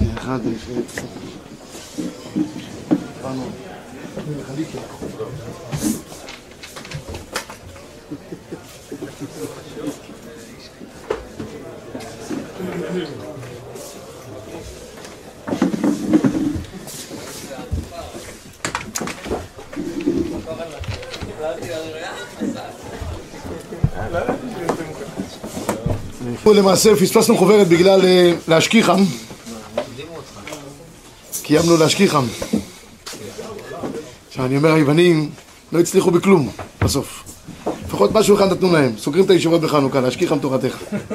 אחד, למעשה פספסנו חוברת בגלל להשכיחם, קיימנו להשכיחם. עכשיו אני אומר, היוונים לא הצליחו בכלום בסוף, לפחות משהו אחד נתנו להם, סוגרים את הישיבות בחנוכה, להשכיחם תורתך,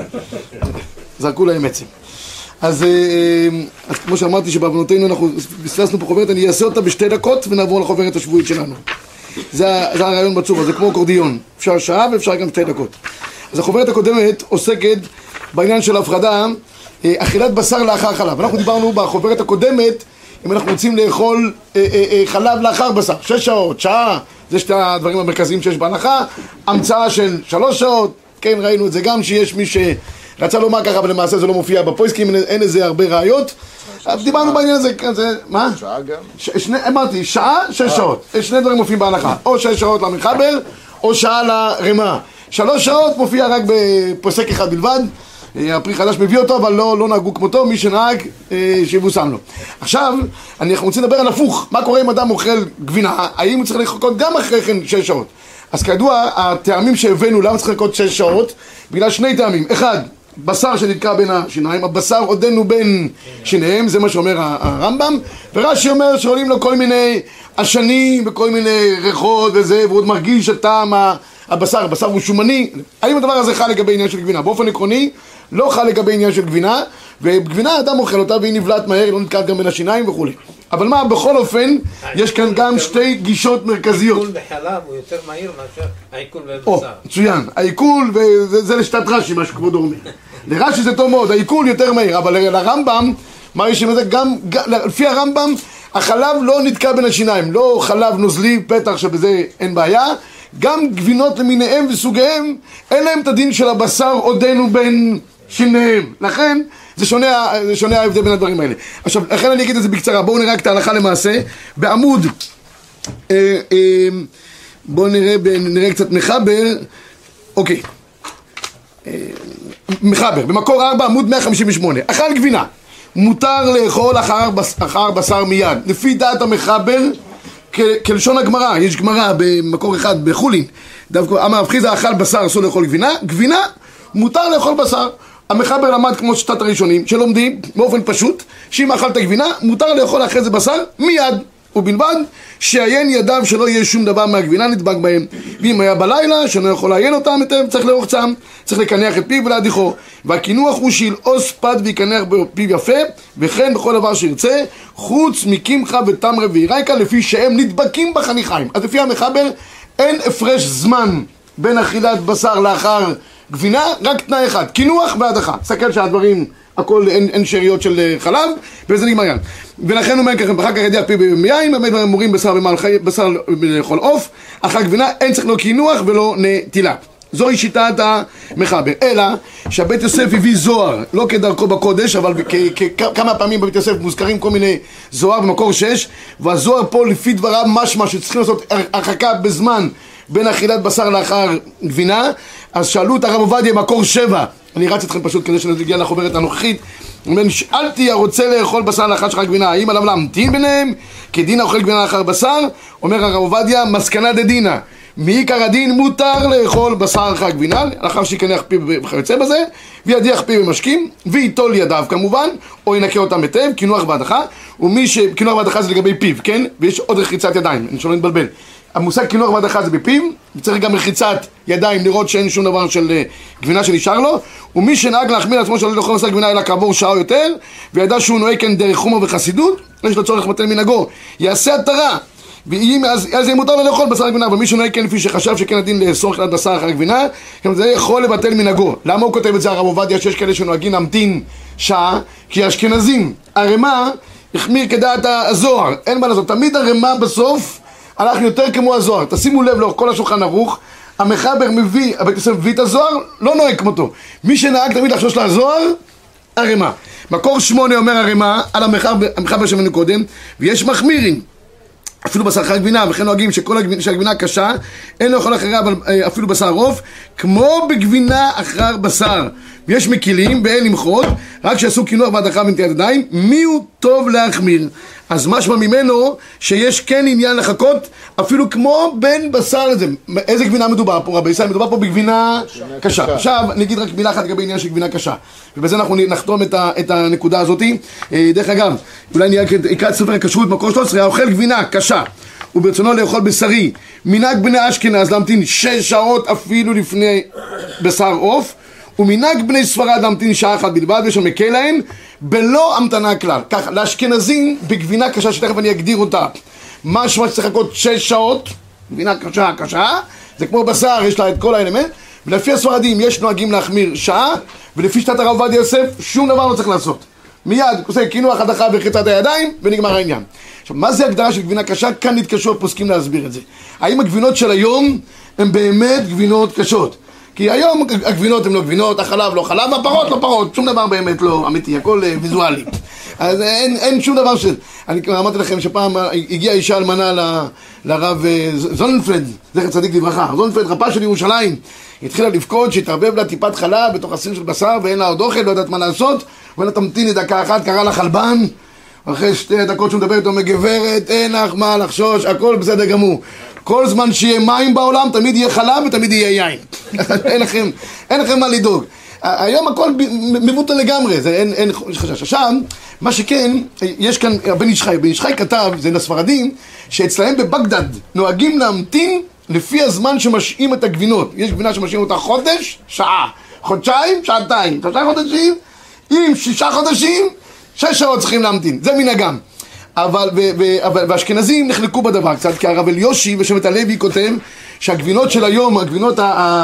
זרקו להם עצם. אז כמו שאמרתי שבעוונותינו אנחנו פספסנו פה חוברת, אני אעשה אותה בשתי דקות ונעבור לחוברת השבועית שלנו. זה הרעיון בצורה, זה כמו אקורדיון, אפשר שעה ואפשר גם 2 דקות. אז החוברת הקודמת עוסקת בעניין של ההפרדה, אכילת בשר לאחר חלב. אנחנו דיברנו בחוברת הקודמת, אם אנחנו רוצים לאכול חלב לאחר בשר, 6 שעות, שעה, זה שתי הדברים המרכזיים שיש בהלכה, המצאה של 3 שעות, כן ראינו את זה גם שיש מי שרצה לומר ככה, אבל למעשה זה לא מופיע בפויסקים, אין לזה הרבה ראיות. דיברנו בעניין הזה, מה? שעה גם? אמרתי, שעה, 6 שעות, 2 דברים מופיעים בהלכה, או 6 שעות למחבר, או שעה לרמה. 3 שעות מופיע רק בפוסק אחד בלבד, הפרי חדש מביא אותו, אבל לא נהגו כמותו, מי שנהג שיבוסם לו. עכשיו, אנחנו רוצים לדבר על הפוך, מה קורה אם אדם אוכל גבינה, האם הוא צריך לחכות גם אחרי כן 6 שעות? אז כידוע, הטעמים שהבאנו, למה צריך לחכות 6 שעות? בגלל 2 טעמים, אחד, בשר שנתקע בין השיניים, הבשר עודנו בין שיניהם, זה מה שאומר הרמב"ם, ורש"י אומר שעולים לו כל מיני עשנים וכל מיני ריחות וזה, והוא עוד מרגיש את טעם הבשר הוא שומני. האם הדבר הזה חל לגבי עניין של גבינה? באופן עקרוני לא חל לגבי עניין של גבינה, ובגבינה אדם אוכל אותה והיא נבלעת מהר, לא נתקעת גם בין השיניים וכו'. אבל מה, בכל אופן, יש כאן גם 2 גישות מרכזיות. העיכול בחלב הוא יותר מהיר מאשר העיכול בבשר. מצוין, העיכול, וזה לשתת רש"י, מה שכבודו אומר. לרש"י זה טוב מאוד, העיכול יותר מהיר, אבל לרמב"ם, מה יש עם זה? גם לפי הרמב"ם, החלב לא נתקע בין השיניים, לא חלב נוזלי, פתח שבזה אין בעיה, גם גבינות למיניהם וסוגיהם, אין להם את הדין של הבשר עודנו בין שיניהם. לכן, זה שונה ההבדל בין הדברים האלה. עכשיו, לכן אני אגיד את זה בקצרה. בואו נראה את ההלכה למעשה. בעמוד, בואו נראה קצת מחבר. אוקיי. מחבר, במקור 4, עמוד 158. אכל גבינה. מותר לאכול אחר בשר מיד. לפי דעת המחבר, כלשון הגמרא, יש גמרא במקור אחד בחולין, דווקא אמר רב חיסדא אכל בשר אסור לאכול גבינה, גבינה מותר לאכול בשר. המחבר למד כמו שיטת הראשונים שלומדים באופן פשוט שאם אכלת גבינה מותר לאכול אחרי זה בשר מיד, ובלבד שיין ידיו שלא יהיה שום דבר מהגבינה נדבק בהם, ואם היה בלילה שלא יכול לעיין אותם היטב צריך לארוך צם, צריך לקנח את פיו ולהדיחו, והקינוח הוא שילעוס פת ויקנח בפיו יפה, וכן בכל דבר שירצה חוץ מקמחה ותמרה וירקה לפי שהם נדבקים בחניכיים. אז לפי המחבר אין הפרש זמן בין אכילת בשר לאחר גבינה, רק תנאי אחד, קינוח והדחה. סתכל שהדברים הכל אין שאריות של חלב, וזה נגמר יד. ולכן הוא אומר ככה, אחר כך ידיח פיו ביין, באמת מורים בשר לאכול עוף, אחר גבינה אין צריך לא קינוח ולא נטילה. זוהי שיטת המחבר. אלא שהבית יוסף הביא זוהר, לא כדרכו בקודש, אבל כמה פעמים בבית יוסף מוזכרים כל מיני זוהר במקור 6, והזוהר פה לפי דבריו משמע שצריכים לעשות הרחקה בזמן בין אכילת בשר לאחר גבינה. אז שאלו את הרב עובדיה מקור 7, אני רץ אתכם פשוט כדי שנגיע לחוברת הנוכחית. הוא אומר, נשאלתי הרוצה לאכול בשר לאחר שחר גבינה, האם עליו להמתין ביניהם כדין האוכל גבינה לאחר בשר? אומר הרב עובדיה, מסקנה דדינה, מעיקר הדין מותר לאכול בשר אחר גבינה לאחר שיקנח פיו וכיוצא בזה, וידיח פיו במשקים וייטול ידיו כמובן, או ינקה אותם היטב, קינוח והדחה. ומי שקינוח והדחה זה לגבי פיו, כן? ויש עוד רחיצת ידיים, אני שלא נתבלבל. המושג קינוח והדחה זה בפיו, וצריך גם רחיצת ידיים לראות שאין שום דבר של גבינה שנשאר לו. ומי שנהג להחמיר לעצמו שלא לאכול בשר גבינה אלא כעבור שעה או יותר, וידע שהוא נוהג כן דרך חומר וחסידות, יש לו צורך בטל מנהגו, יעשה התרה, אז מותר לו לאכול בשר גבינה. אבל מי שנוהג כן לפי שחשב שכן הדין לאסור אכילת בשר אחר גבינה, זה יכול לבטל מנהגו. למה הוא כותב את זה הרב עובדיה שיש כאלה שנוהגים להמתין שעה? כי האשכנזים, הרמ"א החמיר כדעת הזוהר, אין מה לעשות, תמיד הרמ"א בסוף הלך יותר כמו הזוהר. תשימו לב לאורך כל השולחן ערוך, המחבר מביא, הבית יוסף מביא את הזוהר, לא נוהג כמותו. מי שנהג תמיד לחשוש לזוהר, הרמ"א. מקור 8 אומר הרמ"א על המחבר שמנו קודם, ויש מחמירים. אפילו בשר אחר גבינה, וכן נוהגים שהגבינה קשה, אין לאכול אחריה אפילו בשר עוף, כמו בגבינה אחר בשר. ויש מקילים ואין למחות, רק שעשו קינוח והדחה בנטילת ידיים, מי הוא טוב להחמיר? אז משמע ממנו שיש כן עניין לחכות, אפילו כמו בין בשר לזה. איזה גבינה מדובר פה, רבי ישראל? מדובר פה בגבינה קשה. עכשיו נגיד רק מילה אחת לגבי עניין של גבינה קשה, ובזה אנחנו נחתום את הנקודה הזאת. דרך אגב, אולי נקרא את ספר הכשרות מקור 13, האוכל גבינה קשה וברצונו לאכול בשרי, מנהג בני אשכנז להמתין 6 שעות אפילו לפני בשר עוף, ומנהג בני ספרד להמתין שעה אחת בלבד, ויש מקל להם בלא המתנה כלל. ככה, לאשכנזים בגבינה קשה, שתכף אני אגדיר אותה, משמע שצריך לחכות 6 שעות, גבינה קשה, זה כמו בשר, יש לה את כל האלמנט, ולפי הספרדים יש נוהגים להחמיר שעה, ולפי שיטת הרב עובדיה יוסף שום דבר לא צריך לעשות. מיד עושה קינוח הדחה ורחיצת הידיים ונגמר העניין. עכשיו, מה זה הגדרה של גבינה קשה? כאן נתקשו הפוסקים להסביר את זה. האם הגבינות של היום הן באמת גבינות קשות? כי היום הגבינות הן לא גבינות, החלב לא חלב, והפרות לא פרות, שום דבר באמת לא אמיתי, הכל ויזואלי. אז אין שום דבר אני אמרתי לכם שפעם הגיעה אישה אלמנה לרב זוננפלד, זכר צדיק לברכה, זוננפלד רפ"א של ירושלים, התחילה לבכות שהתערבב לה טיפת חלב בתוך הסיר של בשר ואין לה עוד אוכל, לא יודעת מה לעשות, ואין לה תמתיני דקה אחת, קרא לה חלבן, אחרי 2 דקות שהוא מדבר איתו, מגברת, אין לך מה לחשוש, הכל בסדר גמור. כל זמן שיהיה מים בעולם, תמיד יהיה חלב ותמיד יהיה יין. אין לכם מה לדאוג. היום הכל מבוטל לגמרי, אין חשש. עכשיו, מה שכן, יש כאן בן איש חי. בן איש חי כתב, זה לספרדים, שאצלהם בבגדד נוהגים להמתין לפי הזמן שמשאים את הגבינות. יש גבינה שמשאים אותה חודש, שעה. חודשיים, שעתיים. 3 חודשים, עם 6 חודשים, 6 שעות צריכים להמתין. זה מנהגם. אבל והאשכנזים נחלקו בדבר קצת, כי הרב אליושי ושבט הלוי כותב שהגבינות של היום, הגבינות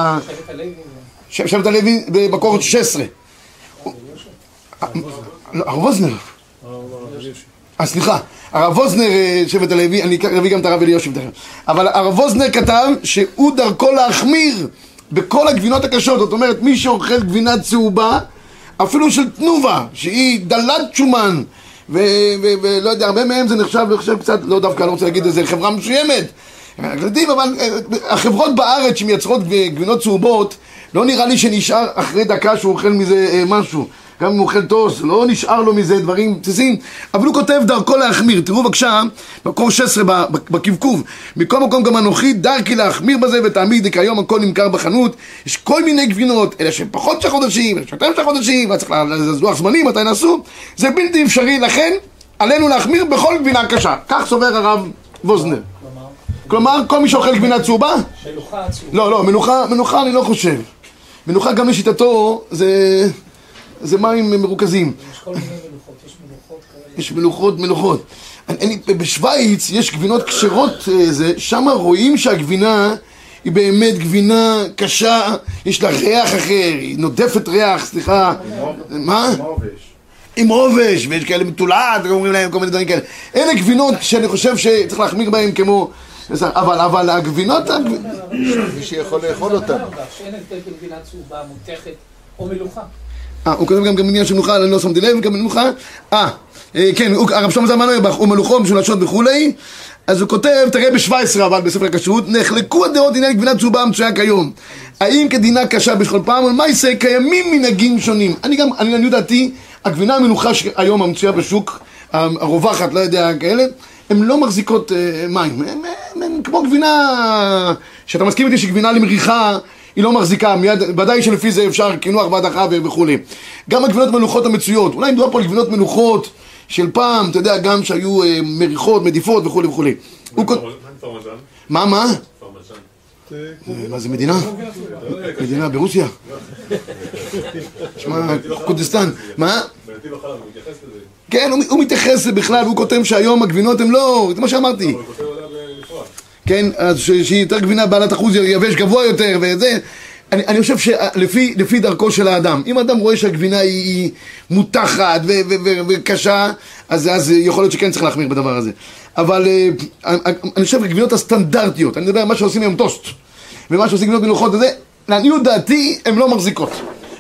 שבט הלוי במקור 16. הרב ווזנר. סליחה, הרב ווזנר שבט הלוי, אני אביא גם את הרב אליושי בדרך. אבל הרב ווזנר כתב שהוא דרכו להחמיר בכל הגבינות הקשות. זאת אומרת, מי שאוכל גבינה צהובה, אפילו של תנובה, שהיא דלת שומן, ולא יודע, הרבה מהם זה נחשב קצת, לא דווקא, לא רוצה להגיד איזה חברה מסוימת, אבל החברות בארץ שמייצרות גבינות צהובות, לא נראה לי שנשאר אחרי דקה שהוא אוכל מזה משהו. גם אם הוא אוכל טוס, לא נשאר לו מזה דברים בסיסיים, אבל הוא כותב דרכו להחמיר. תראו בבקשה, מקור 16 בקבקוב, מכל מקום גם אנוכי דרכי להחמיר בזה ותעמיד, כי היום הכל נמכר בחנות, יש כל מיני גבינות, אלה שפחות 6 חודשים, אלה שיותר 6 חודשים, וצריך לזלוח זמנים, מתי נעשו, זה בלתי אפשרי, לכן עלינו להחמיר בכל גבינה קשה. כך סובר הרב ווזנר. כלומר, כל מי שאוכל גבינה צהובה? מלוכה צהובה. לא, מנוחה אני לא חושב. מנוחה גם לשיטתו, זה מים מרוכזים. יש כל מיני מלוכות, יש מלוכות. בשוויץ יש גבינות כשרות, שם רואים שהגבינה היא באמת גבינה קשה, יש לה ריח אחר, היא נודפת ריח, סליחה. מה? עם עובש, ויש כאלה מתולעת, אומרים להם כל מיני דברים כאלה. אלה גבינות שאני חושב שצריך להחמיר בהם כמו... אבל הגבינות... מי שיכול לאכול אותם. שאין הבדל בין גבינה צהובה, מותכת או מלוכה. הוא כותב גם עניין של מלוכה, אני לא שמתי לב, גם מלוכה. כן, הרב שלמה זלמן אוירבך, הוא מלוכו, משולשות וכולי. אז הוא כותב, תראה ב-17 אבל בספר הכשרות, נחלקו הדעות עניין גבינה צהובה המצויה כיום. האם כדינה קשה בכל פעם, אבל מה יעשה? קיימים מנהגים שונים. אני יודעתי, הגבינה המלוכה שהיום המצויה בשוק, הרווחת, לא יודע, כאלה, הן לא מחזיקות מים. הן כמו גבינה, שאתה מסכים איתי שגבינה למריחה, היא לא מחזיקה, מיד, ודאי שלפי זה אפשר קינוח והדחה וכו'. גם הגבינות מלוכות המצויות, אולי נדבר פה על גבינות מלוכות של פעם, אתה יודע, גם שהיו מריחות, מדיפות וכו' וכו'. מה? מה זה מדינה? מדינה ברוסיה? שמע, קודסטן. מה? כן, הוא מתייחס בכלל, הוא כותב שהיום הגבינות הן לא, זה מה שאמרתי. כן, אז שהיא יותר גבינה בעלת אחוז יבש גבוה יותר וזה, אני חושב שלפי דרכו של האדם, אם האדם רואה שהגבינה היא מותחת וקשה, אז יכול להיות שכן צריך להחמיר בדבר הזה. אבל אני חושב שהגבינות הסטנדרטיות, אני מדבר על מה שעושים היום טוסט, ומה שעושים גבינות מלוכות וזה, לעניות דעתי הן לא מחזיקות.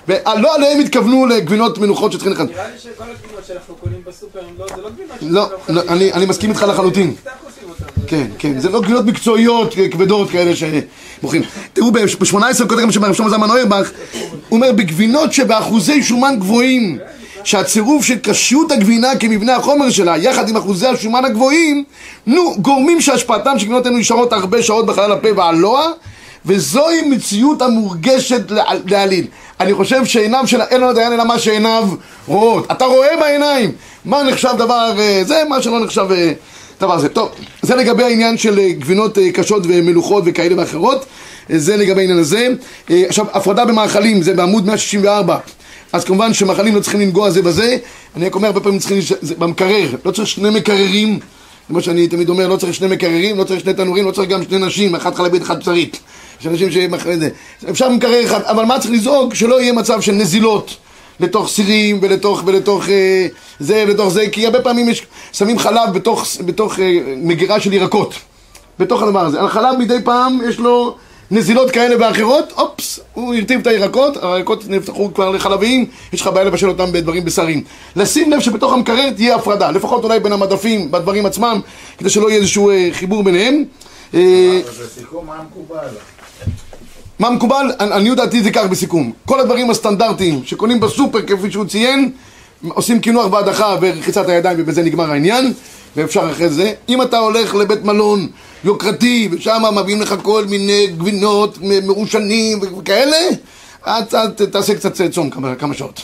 ולא עליהם התכוונו לגבינות מנוחות שצריכים לכאן. נראה לי שכל הגבינות שאנחנו קונים בסופר, זה לא גבינות. לא, אני מסכים איתך לחלוטין. כן, כן, זה לא גבינות מקצועיות כבדות כאלה שמוכרים. תראו, ב-18 כותב גם שמרב שלמה זלמן אוירבך, הוא אומר, בגבינות שבאחוזי שומן גבוהים, שהצירוף של קשיות הגבינה כמבנה החומר שלה, יחד עם אחוזי השומן הגבוהים, גורמים שהשפעתם של גבינות אלו נשארות הרבה שעות בחלל הפה והלוע, וזוהי מציאות המורגשת להעליל. אני חושב שעיניו של אין לו דיין אלא מה שעיניו רואות. אתה רואה בעיניים מה נחשב דבר זה, מה שלא נחשב דבר זה. טוב, זה לגבי העניין של גבינות קשות ומלוכות וכאלה ואחרות. זה לגבי העניין הזה. עכשיו, הפרדה במאכלים, זה בעמוד 164. אז כמובן שמאכלים לא צריכים לנגוע זה בזה. אני אומר, הרבה פעמים צריכים במקרר. לא צריך שני מקררים. כמו שאני תמיד אומר, לא צריך שני מקררים, לא צריך שני תנורים, לא צריך גם שני נשים, אחד חלבית, אחד בשרית. יש אנשים שמחרים את זה. אפשר מקרר אחד, אבל מה צריך לזעוק? שלא יהיה מצב של נזילות לתוך סירים ולתוך זה ולתוך זה, כי הרבה פעמים שמים חלב בתוך מגירה של ירקות, בתוך הדבר הזה. החלב מדי פעם יש לו נזילות כאלה ואחרות, אופס, הוא ירטיב את הירקות נפתחו כבר לחלביים, יש לך בעיה לבשל אותם בדברים בשרים. לשים לב שבתוך המקרר תהיה הפרדה, לפחות אולי בין המדפים, בדברים עצמם, כדי שלא יהיה איזשהו חיבור ביניהם. בסיכום, מה מקובל? מה מקובל? אני יודעתי זה כך בסיכום. כל הדברים הסטנדרטיים שקונים בסופר כפי שהוא ציין, עושים קינוח והדחה ורחיצת הידיים ובזה נגמר העניין, ואפשר אחרי זה. אם אתה הולך לבית מלון יוקרתי ושם מביאים לך כל מיני גבינות מרושנים וכאלה, תעשה קצת צום כמה שעות.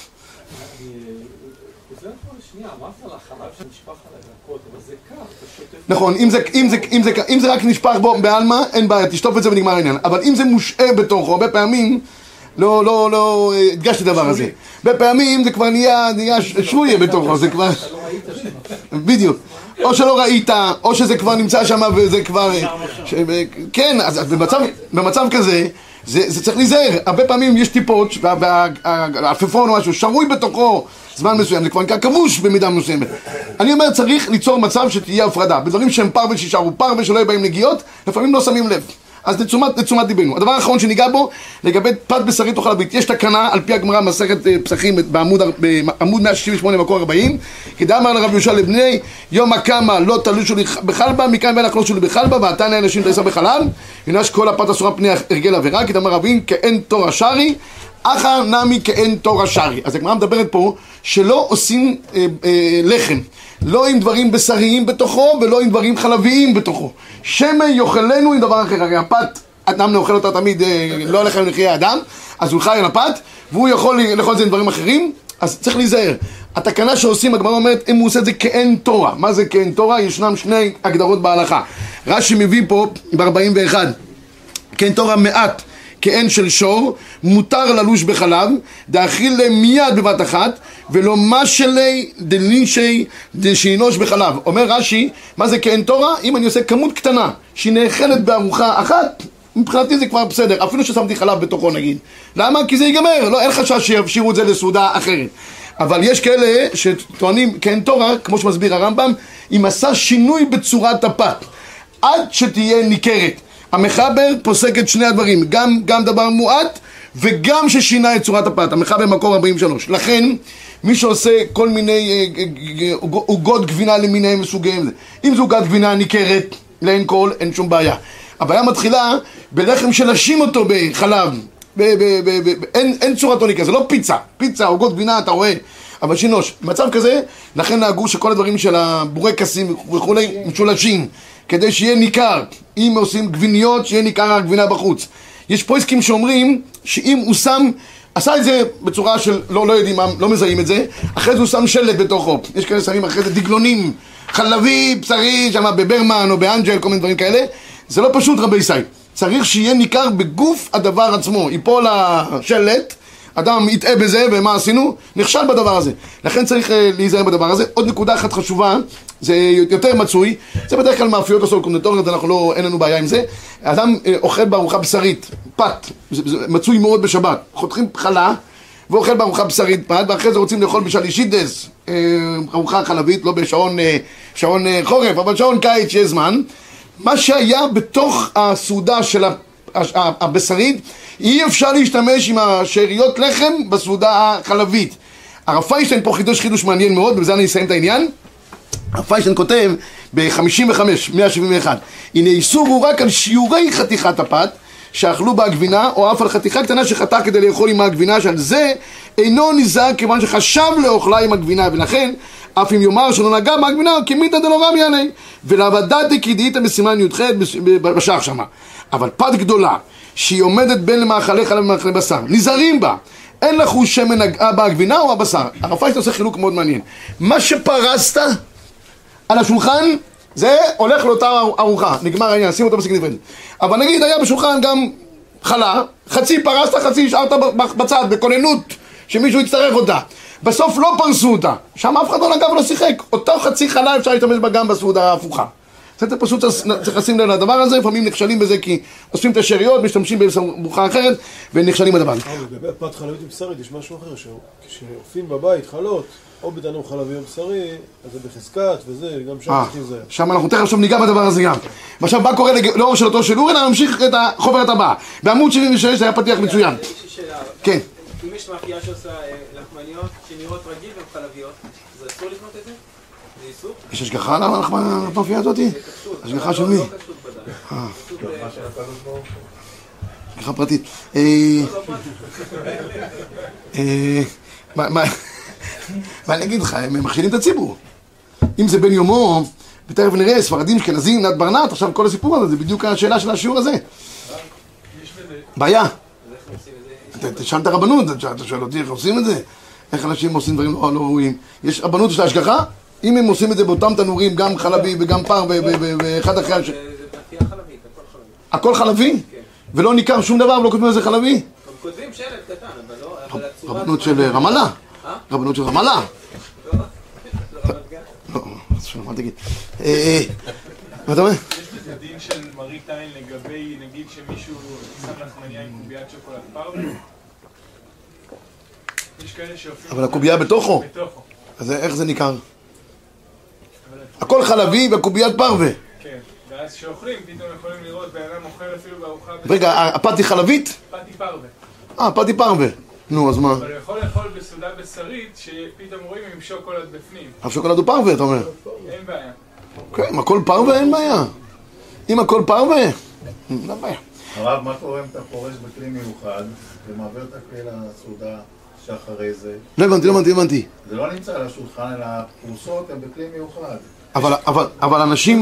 נכון, אם זה רק נשפך בו בעלמה, אין בעיה, תשטוף את זה ונגמר העניין. אבל אם זה מושעה בתוכו, הרבה פעמים, לא הדגשתי דבר הזה. הרבה פעמים זה כבר נהיה שויה בתוכו, זה כבר... בדיוק. או שלא ראית, או שזה כבר נמצא שם וזה כבר... כן, אז במצב כזה, זה צריך להיזהר. הרבה פעמים יש טיפות, והעפפון או משהו, שרוי בתוכו זמן מסוים, זה כבר נקרא כבוש במידה מסוימת. אני אומר, צריך ליצור מצב שתהיה הפרדה. בדברים שהם פרווה שישארו פרווה שלא יהיה בהם נגיעות, לפעמים לא שמים לב. אז לתשומת ליבנו. הדבר האחרון שניגע בו, לגבי פת בשרית או חלבית, יש תקנה על פי הגמרא מסכת פסחים בעמוד 168 מקור 40, כדאמר לרב יהושע לבני, יום הקמה לא תלושו לי בחלבה, מכאן ואילך לא תלושו לי בחלבה, ועתני האנשים תעשה בחלב, הנה שכל הפת אסורה פני הרגל עבירה, כדאמר רבים כאין תורה שרי, אחר נמי כאין תורה שרי. אז הגמרא מדברת פה שלא עושים לחם, לא עם דברים בשריים בתוכו ולא עם דברים חלביים בתוכו. שמא יאכלנו עם דבר אחר. הרי הפת, אדם לא אוכל אותה תמיד, לא הולך עם לחיי האדם, אז הוא חי על הפת והוא יכול לאכול את זה עם דברים אחרים, אז צריך להיזהר. התקנה שעושים, הגמרא אומרת, אם הוא עושה את זה כאין תורה. מה זה כאין תורה? ישנם שני הגדרות בהלכה. רש"י מביא פה ב-41, כאין תורה מעט כאין של שור, מותר ללוש בחלב, דאכיל להם מיד בבת אחת, ולא משלי דלינשי דשינוש בחלב. אומר רש"י, מה זה כאין תורה? אם אני עושה כמות קטנה, שהיא נאכלת בארוחה אחת, מבחינתי זה כבר בסדר, אפילו ששמתי חלב בתוכו נגיד. למה? כי זה ייגמר, לא, אין חשש שיפשירו את זה לסעודה אחרת. אבל יש כאלה שטוענים כאין תורה, כמו שמסביר הרמב"ם, אם עשה שינוי בצורת הפת, עד שתהיה ניכרת. המחבר פוסק את שני הדברים, גם דבר מועט וגם ששינה את צורת הפת. המחבר מקור 43. לכן מי שעושה כל מיני עוגות גבינה למיניהם וסוגיהם, אם זו עוגת גבינה ניכרת לאין כל, אין שום בעיה. הבעיה מתחילה בלחם שלשים אותו בחלב, אין צורתו ניכרת, זה לא פיצה, עוגות גבינה אתה רואה, אבל שינוש. במצב כזה, לכן נהגו שכל הדברים של הבורקסים וכולי משולשים, כדי שיהיה ניכר. אם עושים גביניות, שיהיה ניכר הגבינה בחוץ. יש פויסקים שאומרים שאם הוא שם, עשה את זה בצורה של לא יודעים מה, לא מזהים את זה, אחרי זה הוא שם שלט בתוכו. יש כאלה שמים אחרי זה דגלונים, חלבי, בשרי, שמה בברמן או באנג'ל, כל מיני דברים כאלה. זה לא פשוט רבי סי. צריך שיהיה ניכר בגוף הדבר עצמו. ייפול השלט, אדם יטעה בזה, ומה עשינו? נכשל בדבר הזה. לכן צריך להיזהר בדבר הזה. עוד נקודה אחת חשובה, זה יותר מצוי, זה בדרך כלל מאפיות הסול קונדטוריות, אין לנו בעיה עם זה. האדם אוכל בארוחה בשרית, פת, זה מצוי מאוד בשבת. חותכים חלה, ואוכל בארוחה בשרית פת, ואחרי זה רוצים לאכול בשלישידס, ארוחה חלבית, לא בשעון חורף, אבל שעון קיץ שיש זמן. מה שהיה בתוך הסעודה של הבשרית, אי אפשר להשתמש עם השאריות לחם בסעודה החלבית. הרב פיינשטיין פה חידוש מעניין מאוד, ובזה אני אסיים את העניין. הרב פיינשטיין כותב ב-55, 171, הנה איסור הוא רק על שיעורי חתיכת הפת שאכלו בהגבינה, או אף על חתיכה קטנה שחתך כדי לאכול עם הגבינה, שעל זה אינו נזהר כיוון שחשב לאוכלה עם הגבינה, ולכן אף אם יאמר שלא נגע בהגבינה, כמיתא דלא רמי עלי, ולוודעתי כי דאית בסימן י"ח בשח שמה. אבל פת גדולה שהיא עומדת בין למאכלי חלב ומאכלי בשר, נזהרים בה, אין לך שמן נגעה בהגבינה או הבשר. הרב פיינשטיין עושה חילוק מאוד מעניין. מה שפרסת על השולחן זה הולך לאותה ארוחה, נגמר העניין, שים אותו בסק נפרד. אבל נגיד היה בשולחן גם חלה, חצי פרסת, חצי השארת בצד, בכוננות שמישהו יצטרך אותה. בסוף לא פרסו אותה, שם אף אחד לא נגע ולא שיחק. אותו חצי חלה אפשר להשתמש בה גם בסעודה ההפוכה. זה פשוט צריך לשים לב לדבר הזה, לפעמים נכשלים בזה כי עושים את השאריות, משתמשים בסמוכה אחרת ונכשלים בדבר. לגבי פת חלבית ובשרית יש משהו אחר, כשאופים בבית חלות, או בתנור חלבי או בשרי, אז זה בחזקת וזה, גם שם צריכים זה. שם אנחנו תכף עכשיו ניגע בדבר הזה גם. ועכשיו מה קורה לאור של אותו של אורן, אני ממשיך את החוברת הבאה. בעמוד 76 זה היה פתיח מצוין. יש לי שאלה. כן. אם יש מאפייה שעושה לחמניות שנראות רגיל והן חלביות, אז אסור לקנות את זה? זה איסור? יש השגחה על המאפייה הזאתי? השגחה של מי? לא קשור בדעת. השגחה פרטית. מה אני אגיד לך, הם מכשילים את הציבור. אם זה בן יומו, ותכף נראה, ספרדים, אשכנזים, נת ברנת, עכשיו כל הסיפור הזה, זה בדיוק השאלה של השיעור הזה. בעיה. תשאל את הרבנות, אתה שואל אותי איך עושים את זה? איך אנשים עושים דברים לא ראויים? יש רבנות של ההשגחה? אם הם עושים את זה באותם תנורים, גם חלבי וגם פר ואחד אחרי השני. זה מאפייה חלבית, הכל הכל חלבי. חלבי? כן. ולא ניכר שום דבר ולא כותבים על זה חלבי? הם כותבים שלט קטן, אבל לא... רבנות של רמאללה? רבנות של רמאללה? לא, זה רמת גן. לא, אל תגיד. מה אתה אומר? יש בזה דין של מראית עין לגבי, נגיד שמישהו שם לחמניה עם קוביית שוקולד פרווה? יש כאלה שאופים... אבל הקובייה בתוכו? בתוכו. אז איך זה ניכר? הכל חלבי והקוביית פרווה. כן, ואז שאוכלים פתאום יכולים לראות בן אדם אוכל אפילו בארוחה... רגע, הפת היא חלבית? פתי פרווה. פת היא פרווה. נו, אז מה? אבל הוא יכול לאכול בסעודה בשרית שפתאום רואים עם שוקולד בפנים. השוקולד הוא פרווה, אתה אומר? אין בעיה. כן, אם הכל פרווה, אין בעיה. אם הכל פרווה, לא בעיה. הרב, מה קורה אם אתה פורש בכלי מיוחד ומעביר את הכלי לסעודה שאחרי זה? לא הבנתי. זה לא נמצא על השולחן, אלא הפרוסות הן בכלי מיוחד. אבל אנשים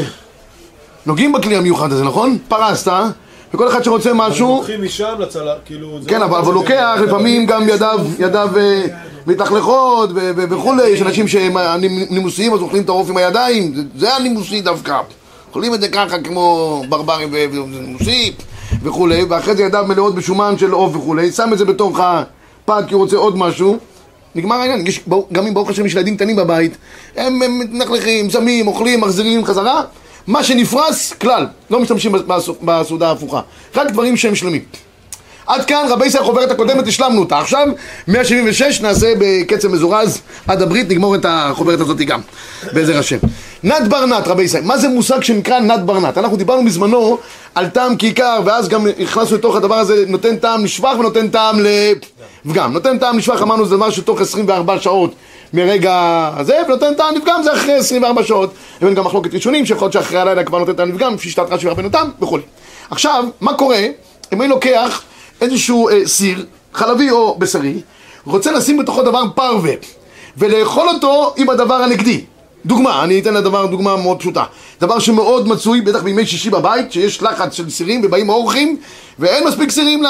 נוגעים בכלי המיוחד הזה, נכון? פרסת, וכל אחד שרוצה משהו... לוקחים משם לצלם, כאילו... כן, אבל לוקח לפעמים גם ידיו מתלכלכות וכולי, יש אנשים שהם נימוסיים אז אוכלים את העוף עם הידיים, זה הנימוסי דווקא. אוכלים את זה ככה כמו ברברים ונימוסי וכולי, ואחרי זה ידיו מלאות בשומן של עוף וכולי, שם את זה בתוך הפת כי הוא רוצה עוד משהו, נגמר העניין. גם אם ברוך השם יש ילדים קטנים בבית, הם מתנחלכים, שמים, אוכלים, מחזירים חזרה, מה שנפרס, כלל, לא משתמשים בסעודה ההפוכה, רק דברים שהם שלמים. עד כאן רבי ישראל חוברת הקודמת, השלמנו אותה. עכשיו 176 נעשה בקצב מזורז עד הברית, נגמור את החוברת הזאת גם בעזר השם. נת ברנת, רבי ישראל, מה זה מושג שנקרא נת ברנת? אנחנו דיברנו בזמנו על טעם כיכר, ואז גם הכנסנו לתוך הדבר הזה, נותן טעם לשבח ונותן טעם לפגם. נותן טעם לשבח, אמרנו, זה דבר שתוך 24 שעות מרגע הזה, ונותן טעם לפגם זה אחרי 24 שעות. הבאנו גם מחלוקת ראשונים, שיכול להיות שאחרי הלילה כבר נותן טעם לפגם, לפי שיטת רש"י ורבנו תם וכו'. עכשיו, מה קורה אם אני לוקח איזשהו סיר, חלבי או בשרי, רוצה לשים בתוכו דבר פרווה ולאכול אותו עם הדבר הנגדי. דוגמה, אני אתן לדבר דוגמה מאוד פשוטה. דבר שמאוד מצוי, בטח בימי שישי בבית, שיש לחץ של סירים ובאים אורחים ואין מספיק סירים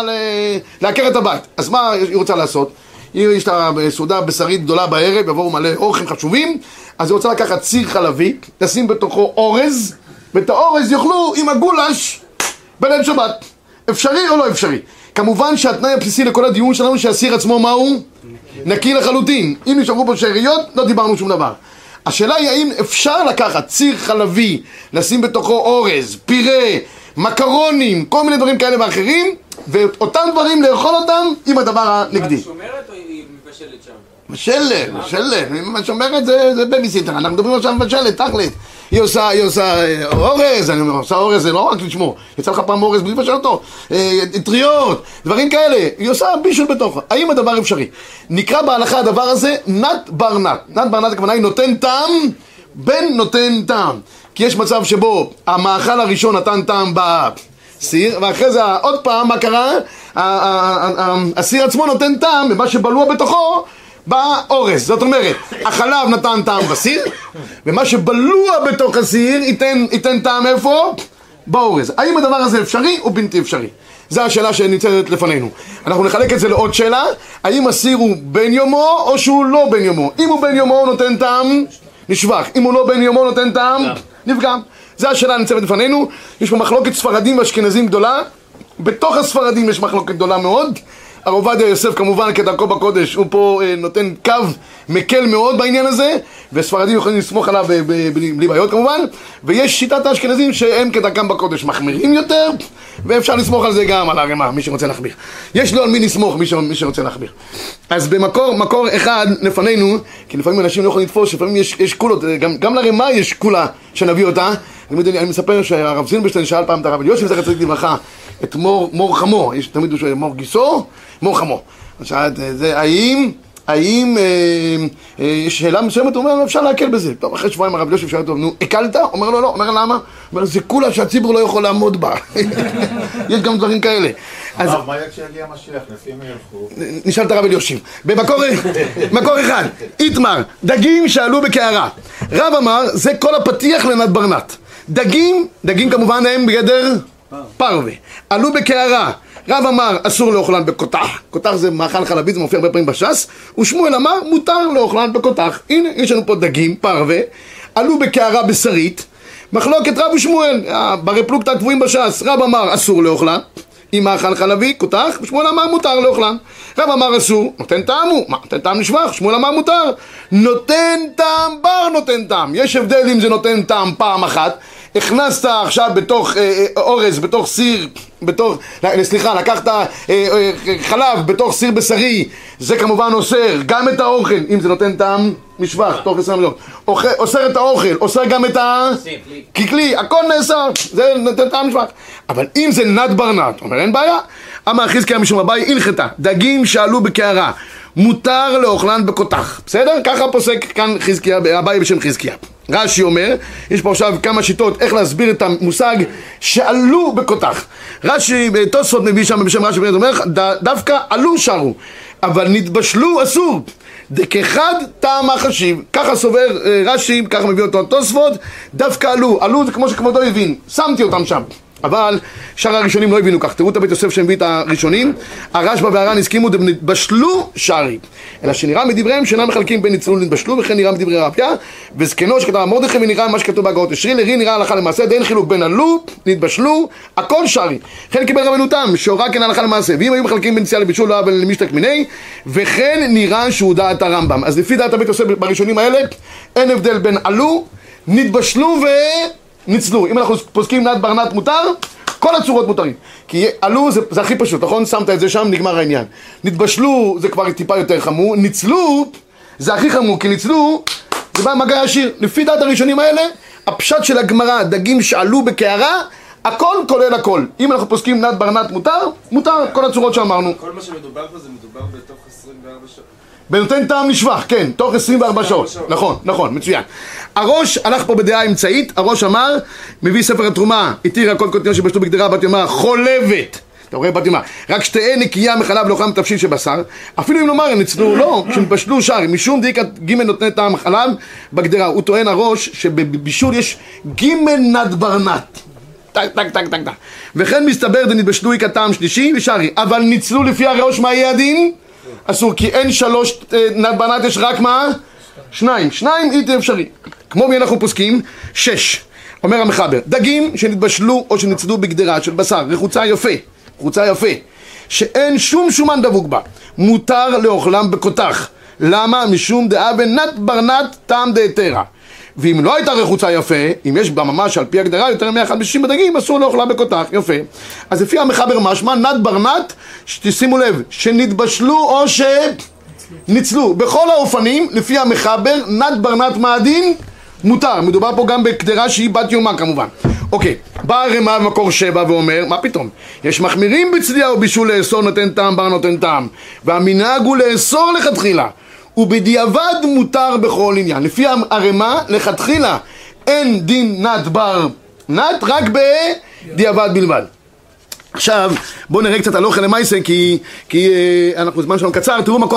לעקר את הבית. אז מה היא רוצה לעשות? יש לה סעודה בשרית גדולה בערב, יבואו מלא אורחים חשובים, אז היא רוצה לקחת סיר חלבי, לשים בתוכו אורז, ואת האורז יאכלו עם הגולש בליל שבת. אפשרי או לא אפשרי? כמובן שהתנאי הבסיסי לכל הדיון שלנו שהסיר עצמו מהו? נקי לחלוטין. אם נשארו בו שאריות, לא דיברנו שום דבר. השאלה היא האם אפשר לקחת סיר חלבי, לשים בתוכו אורז, פירה, מקרונים, כל מיני דברים כאלה ואחרים, ואותם דברים לאכול אותם עם הדבר הנגדי. היא שומרת או היא מבשלת שם? משלת, מה שומרת זה בייביסיטר, אנחנו מדברים עכשיו מבשלת, תכל'ס. היא עושה אורז, אני אומר, עושה אורז, זה לא רק לשמור, יצא לך פעם אורז בלי בשל אותו, אטריות, דברים כאלה, היא עושה בישול בתוכה. האם הדבר אפשרי? נקרא בהלכה הדבר הזה נט בר נט. נט בר נט הכוונה היא נותן טעם, בן נותן טעם. כי יש מצב שבו המאכל הראשון נתן טעם בסיר, ואחרי זה עוד פעם, מה קרה? הסיר עצמו נותן טעם במה שבלוע בתוכו באורז. זאת אומרת, החלב נתן טעם בסיר, ומה שבלוע בתוך הסיר ייתן טעם איפה? באורז. האם הדבר הזה אפשרי או בלתי אפשרי? זו השאלה שנמצאת לפנינו. אנחנו נחלק את זה לעוד שאלה, האם הסיר הוא בן יומו או שהוא לא בן יומו. אם הוא בן יומו הוא נותן טעם נשבח, אם הוא לא בן יומו נותן טעם נפגם. זו השאלה נמצאת לפנינו. יש פה מחלוקת ספרדים ואשכנזים גדולה, בתוך הספרדים יש מחלוקת גדולה מאוד. הרב עובדיה יוסף כמובן כדרכו בקודש הוא פה נותן קו מקל מאוד בעניין הזה, וספרדים יכולים לסמוך עליו בלי בעיות כמובן, ויש שיטת האשכנזים שהם כדרכם בקודש מחמירים יותר, ואפשר לסמוך על זה גם על הרמה, מי שרוצה להחמיר. יש לו על מי לסמוך, מי שרוצה להחמיר. אז במקור אחד לפנינו, כי לפעמים אנשים לא יכולים לתפוס, לפעמים יש קולות, גם לרמה יש קולה שנביא אותה. אני מספר שהרב זילברשטיין שאל פעם את הרב אלישיב זכר צדיק לברכה את מור חמו, יש תמיד הוא שואל מור גיסו, מור חמו. האם יש שאלה מסוימת, הוא אומר, אפשר להקל בזה. טוב, אחרי שבועיים הרב אלישיב שואל אותו, נו, הקלת? אומר לו, לא. אומר למה? אומר, זה כולה שהציבור לא יכול לעמוד בה. יש גם דברים כאלה. הרב, מה כשיגיע המשיח? לפי מי ילכו? נשאל את הרב אלישיב. במקור אחד, איתמר, דגים שעלו בקערה. רב אמר, זה כל הפתיח לנט בר נט. דגים כמובן הם בגדר פרווה. עלו בקערה. רב אמר אסור לאוכלן בקותח, קותח זה מאכל חלבי, זה מופיע הרבה פעמים בש"ס, ושמואל אמר מותר לאוכלן בקותח. הנה, יש לנו פה דגים, פרווה, עלו בקערה בשרית, מחלוקת רב ושמואל, ברי פלוגתא קבועים בש"ס, רב אמר אסור לאוכלן, עם מאכל חלבי, קותח, ושמואל אמר מותר לאוכלן. רב אמר אסור, נותן טעם הוא, מה, נותן טעם נשבח, שמואל אמר מותר, נותן טעם בר נותן טעם. יש הבדל אם זה נותן טעם פעם אחת, הכנסת עכשיו בתוך אורז, בתוך סיר, לקחת חלב בתוך סיר בשרי, זה כמובן אוסר גם את האוכל, אם זה נותן טעם משבח, תוך 20 מיליון, אוסר את האוכל, אוסר גם את ככלי, הכל נאסר, זה נותן טעם משבח. אבל אם זה נט בר נט, אומר אין בעיה. אמר חזקיה משום אביי הלכתה, דגים שעלו בקערה, מותר לאוכלן בקותח, בסדר? ככה פוסק כאן חזקיה, אביי בשם חזקיה. רש"י אומר, יש פה עכשיו כמה שיטות איך להסביר את המושג שעלו בקותח. רש"י, תוספות מביא שם בשם רש"י, אומר, דווקא עלו שרו, אבל נתבשלו אסור. דכחד טעם החשיב. ככה סובר רש"י, ככה מביא אותו תוספות, דווקא עלו זה כמו שכבודו הבין, שמתי אותם שם. אבל שאר הראשונים לא הבינו כך. תראו את הבית יוסף שהביא את הראשונים, הרשב"א והר"ן הסכימו נתבשלו שרי, אלא שנראה מדבריהם שאינם מחלקים בין ניצלו לנתבשלו, וכן נראה מדברי רביה וזקנו שכתב מרדכי, ונראה מה שכתוב בהגאות אשרי לרי, נראה הלכה למעשה, דין חילוק בין עלו נתבשלו הכל שרי. כן קיבל רבנו תם שהורה כן הלכה למעשה, ואם היו מחלקים בין נסיעה לבישול לא אבל למשתק מיני, וכן נראה שהוא דעת הרמב"ם. אז לפי דעת הבית יוסף בראשונים האלה אין הבדל בין עלו, נתבשלו ניצלו. אם אנחנו פוסקים נט בר נט מותר, כל הצורות מותרים. כי עלו זה הכי פשוט, נכון? שמת את זה שם, נגמר העניין. נתבשלו זה כבר טיפה יותר חמור, ניצלו זה הכי חמור, כי ניצלו זה בא מגע ישיר. לפי דעת הראשונים האלה, הפשט של הגמרא, דגים שעלו בקערה, הכל כולל הכל. אם אנחנו פוסקים נט בר נט מותר, כל הצורות שאמרנו. כל מה שמדובר פה זה מדובר בתוך 24 שעות. בנותן טעם נשבח, כן, תוך 24 שעות. נכון, מצוין. הראש הלך פה בדעה אמצעית, הראש אמר, מביא ספר התרומה, התיר הכל קוטניות שבשלו בגדרה, בת יומה, חולבת. אתה רואה בת יומה, רק שתהיה נקייה מחלב לאוכלם תבשיל שבשר, אפילו אם נאמר, נצלו, לא, כשנתבשלו שרי, משום דיקת ג' נותני טעם חלב בגדרה. הוא טוען הראש שבבישול יש ג' נט בר נט. טק. וכן מסתבר דנתבשלו יקת טעם שלישי ושרי, אבל ניצלו לפי הראש מה יהיה הדין? אסור, כי אין 3 נט בר נט, יש רק מה? 2 איתי אפשרי. כמו מי אנחנו פוסקים? 6. אומר המחבר, דגים שנתבשלו או שנצלו בגדרה של בשר, רחוצה יפה, שאין שום שומן דבוק בה, מותר לאוכלם בקותח. למה? משום דעה בנט בר נט טעם דהיתרא. ואם לא הייתה רחוצה יפה, אם יש בה ממש על פי הגדרה יותר מ-160 בדגים, אסור לאוכלה בקותח, יפה. אז לפי המחבר משמע, נט בר נט, שתשימו לב, שנתבשלו או שניצלו. בכל האופנים, לפי המחבר, נט בר נט מה הדין? מותר, מדובר פה גם בקדרה שהיא בת יומה כמובן. אוקיי, בא הרמ"א במקור 7 ואומר, מה פתאום? יש מחמירים בצליעה ובישול לאסור נותן טעם, בר נותן טעם, והמנהג הוא לאסור לכתחילה, ובדיעבד מותר בכל עניין. לפי הרמ"א, לכתחילה אין דין נת בר נת, רק בדיעבד בלבד. עכשיו, בואו נראה קצת על אוכל למייסה, כי אנחנו זמן שלנו קצר. תראו מקור,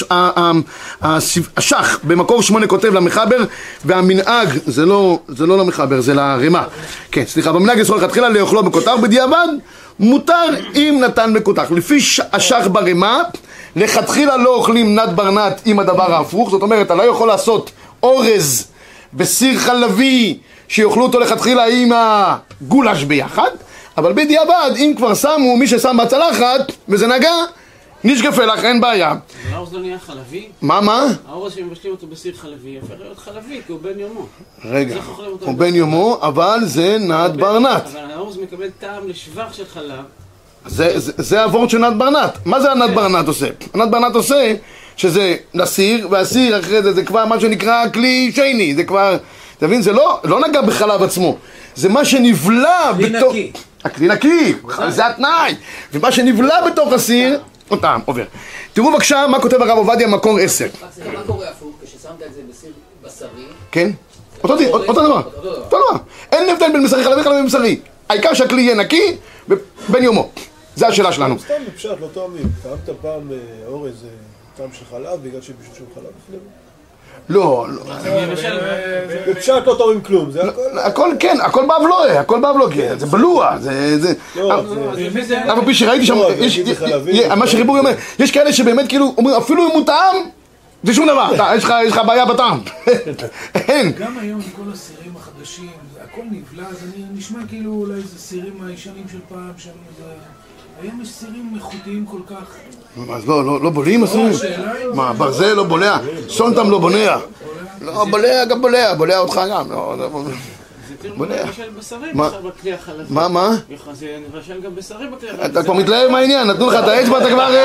השח במקור 8 כותב למחבר, והמנהג, זה לא למחבר, זה לרמ"א. כן, סליחה, במנהג אסור לכתחילה לאכלו בכותח, בדיעבד מותר אם נתן בכותח. לפי השח ברמ"א, לכתחילה לא אוכלים נת בר נת עם הדבר ההפוך, זאת אומרת, אתה לא יכול לעשות אורז בסיר חלבי שיאכלו אותו לכתחילה עם הגולש ביחד, אבל בדיעבד, אם כבר שמו, מי ששם בצלחת, וזה נגע, נשגפה לך, אין בעיה. אבל האורז לא נהיה חלבי? מה? האורז שמבשלים אותו בסיר חלבי, יפה להיות חלבי, כי הוא בן יומו. רגע, הוא בן יומו, אבל זה נת בר נת. אבל האורז מקבל טעם לשבח של חלב. זה הוורד של נת בר נת. מה זה הנת בר נת עושה? הנת בר נת עושה שזה לסיר, והסיר אחרי זה כבר מה שנקרא כלי שני, זה כבר, אתה מבין? זה לא נגע בחלב עצמו, זה מה שנבלע בתוך... הכלי נקי, זה התנאי, ומה שנבלע בתוך הסיר, אותם, עובר. תראו בבקשה מה כותב הרב עובדיה מקור 10. מה קורה הפוך כששמת את זה בסיר בשרי? כן? אותו דבר. אין הבדל בין בשרי חלבי חלבי ובשרי. העיקר שהכלי יהיה נקי ובין יומו. זה השאלה שלנו. סתם בפשט, לא תאמין. טעמת פעם אורז טעם של חלב בגלל שבישול של חלב לפני? לא. בפשט לא טובים כלום, זה הכל כן, הכל באבלואה, זה בלוע, זה... אבל פי שראיתי שם, מה שחיבור אומר, יש כאלה שבאמת כאילו אומרים, אפילו אם הוא טעם, זה שום דבר, יש לך בעיה בטעם. אין. גם היום עם כל הסירים החדשים, הכל נבלע, זה נשמע כאילו אולי זה סירים הישנים של פעם, היום יש סירים איכותיים כל כך. אז לא בולעים אסור? מה, ברזל לא בולע? סונטם לא בולע? לא, בולע גם בולע אותך גם. זה תראו מבשל בשרי בכלי החלבי. מה? זה מבשל גם בשרי בכלי החלבי. אתה כבר מתלהב מהעניין, נתנו לך את האצבע, אתה כבר...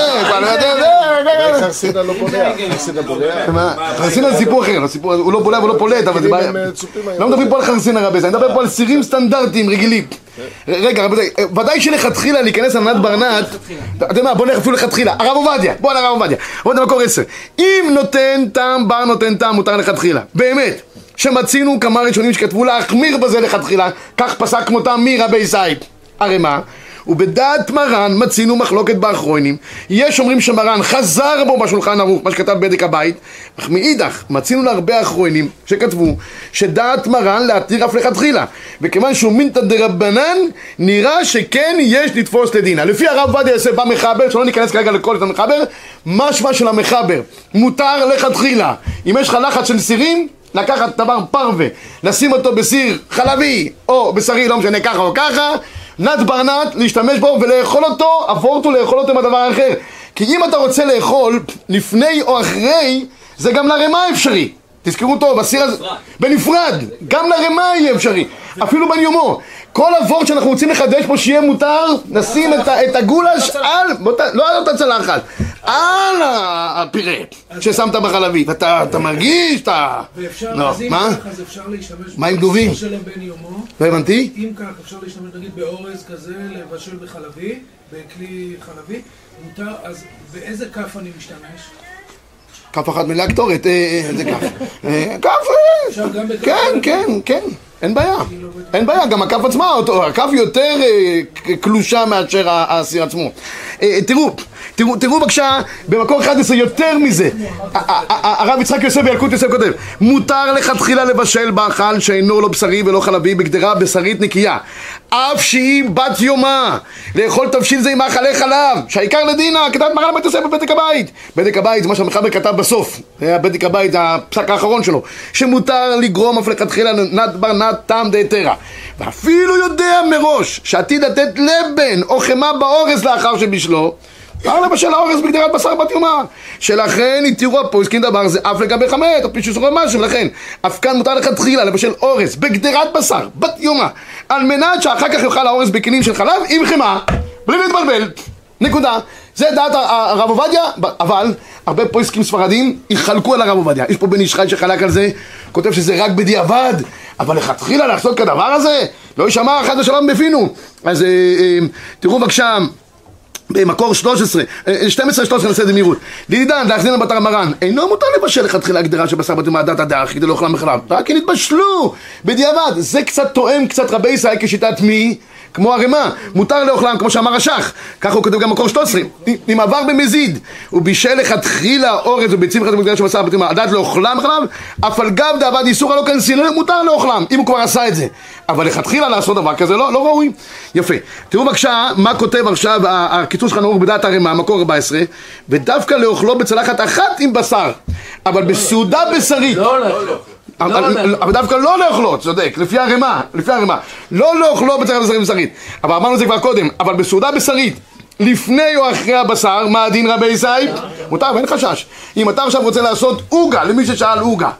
חרסינה לא בולע, חרסינה בולע. חרסינה זה סיפור אחר, הוא לא בולע ולא פולט, אבל זה בעיה. לא מדברים פה על חרסינה רבי, אני מדבר פה על סירים סטנדרטיים, רגילים. רגע, רבי, ודאי שלכתחילה להיכנס על נת בר נת, אתה יודע מה, בוא נלך אפילו לכתחילה, הרב עובדיה, בוא לרב עובדיה, עובדיה מקור 10. אם נותן טעם, בר נותן טעם, מותר לכתחילה. באמת, שמצינו כמה ראשונים שכתבו להחמיר בזה לכתחילה, כך פסק כמותם מרבי סייד. הרמ"א, ובדעת מרן מצינו מחלוקת באחרונים. יש אומרים שמרן חזר בו בשולחן ערוך, מה שכתב בדק הבית, אך מאידך מצינו להרבה אחרונים שכתבו שדעת מרן להתיר אף לכתחילה, וכיוון שהוא מינתא דרבנן נראה שכן יש לתפוס לדינה. לפי הרב עובדיה יוסף במחבר, שלא ניכנס כרגע לכל את המחבר, משמע של המחבר מותר לכתחילה. אם יש לך לחץ של סירים, לקחת דבר פרווה, לשים אותו בסיר חלבי או בשרי, לא משנה ככה או ככה, נת בר נת, להשתמש בו ולאכול אותו, אבורטו לאכול אותו עם הדבר האחר. כי אם אתה רוצה לאכול לפני או אחרי, זה גם לרמ"א אפשרי. תזכרו טוב, הסיר הזה בנפרד, גם לרמ"א יהיה אפשרי, אפילו בן יומו. כל אבורט שאנחנו רוצים לחדש פה שיהיה מותר, נשים את הגולש על, לא על אותה צלחת, על הפירה ששמת בחלבית. אתה מרגיש, אתה... ואפשר, אז אפשר להשתמש בסיר של בן יומו. לא הבנתי? אם כך, אפשר להשתמש נגיד באורז כזה, לבשל בחלבי, בכלי חלבי, מותר, אז באיזה כף אני משתמש? כף אחת מלאה קטורת, איזה כף? כן, אין בעיה, גם הכף עצמה, הכף יותר קלושה מאשר הסיר עצמו. תראו בבקשה, במקור 11 יותר מזה, הרב יצחק יוסף וילקוט יוסף כותב, מותר לכתחילה לבשל באכל שאינו לא בשרי ולא חלבי בגדרה בשרית נקייה, אף שהיא בת יומה, לאכול תבשיל זה עם מאכלי חלב, שהעיקר לדינה, כתב מרן בית יוסף בבדק הבית. בדק הבית זה מה שהמחבר כתב בסוף, בדק הבית זה הפסק האחרון שלו, שמותר לגרום אף לכתחילה נת בר נת טעם דהיתרא, ואפילו יודע מראש שעתיד לתת לבן או חמה באורז לאחר שבישלו, כבר לבשל האורז בגדרת בשר בת יומה, שלכן התירו הפוסקים דבר זה אף לגבי חמץ או פישוס או משהו. לכן אף כאן מותר לכתחילה לבשל אורז בגדרת בשר בת יומה, על מנת שאחר כך יאכל האורז בכלים של חלב עם חמה, בלי להתבלבל, נקודה. זה דעת הרב עובדיה, אבל הרבה פוסקים ספרדים יחלקו על הרב עובדיה. יש פה בן איש חי שחלק על זה, כותב שזה רק בדיעבד, אבל לכתחילה לעשות כדבר הזה, לא יישמע חס ושלום בפינו. אז תראו בבקשה, במקור 13, 12-13 נעשה את זה מהירות. דידן, להחזין לבתר המרן, אינו מותר לבשל לכתחילה הגדרה שבשר בתים מהדת הדרך כדי לאוכלם בחלב, רק כי נתבשלו בדיעבד. זה קצת תואם קצת רבי ישראל כשיטת מי? כמו הרמה, מותר לאוכלם כמו שאמר השח, ככה הוא כותב גם מקור 13. אם עבר במזיד ובישל לכתחילה אורז וביצים חזק בגלל שבשר בתים מהדת לאוכלם בחלב, אף על גב דאבד איסור הלא כנסין, מותר לאוכלם אם הוא כבר עשה את זה, אבל לכתחילה לעשות דבר כזה לא ראוי. יפה. תראו בבקשה מה כותב עכשיו הקיצוץ שלך נאור בדעת הרמה, מקור 14, ודווקא לאוכלו בצלחת אחת עם בשר, אבל בסעודה בשרית. אבל דווקא לא לאוכלו, צודק, לפי הרמה, לא לאוכלו בצלחת בשרית בשרית, אבל אמרנו זה כבר קודם, אבל בסעודה בשרית לפני או אחרי הבשר, מה הדין רבי ישראל? מותר ואין חשש. אם אתה עכשיו רוצה לעשות אוגה, למי ששאל אוגה,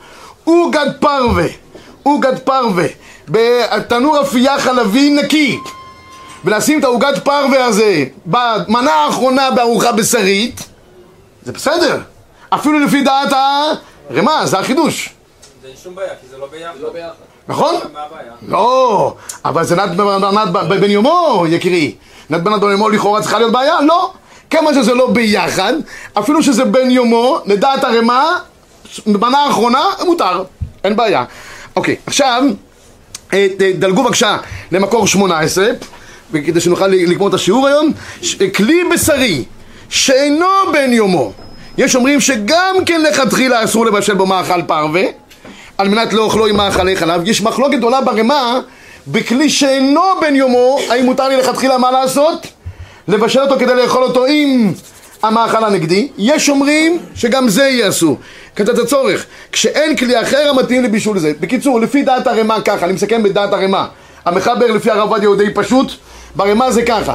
אוגת פרווה בתנור אפייה חלבי נקי, ולשים את האוגת פרווה הזה במנה האחרונה בארוחה בשרית, זה בסדר, אפילו לפי דעת הרמה, זה החידוש. זה אין שום בעיה, כי זה לא ביחד. נכון? מה הבעיה? לא, אבל זה נת בן יומו, יקירי. נת בן יומו לכאורה צריכה להיות בעיה? לא. כמה שזה לא ביחד, אפילו שזה בן יומו, לדעת הרמה, במנה האחרונה, מותר. אין בעיה. אוקיי, עכשיו, דלגו בבקשה למקור 18, כדי שנוכל לגמור את השיעור היום. כלי בשרי, שאינו בן יומו. יש אומרים שגם כן לכתחילה אסור לבשל בו מאכל פרווה, על מנת לא אוכלו עם מאכלי חלב. יש מחלוקת גדולה ברמה, בכלי שאינו בן יומו, האם מותר לי לכתחילה מה לעשות? לבשל אותו כדי לאכול אותו עם המאכל הנגדי. יש אומרים שגם זה יהיה אסור, כתת הצורך, כשאין כלי אחר המתאים לבישול זה. בקיצור, לפי דעת הרמה ככה, אני מסכם בדעת הרמה, המחבר לפי הרב עובדיה הוא די פשוט, ברמה זה ככה,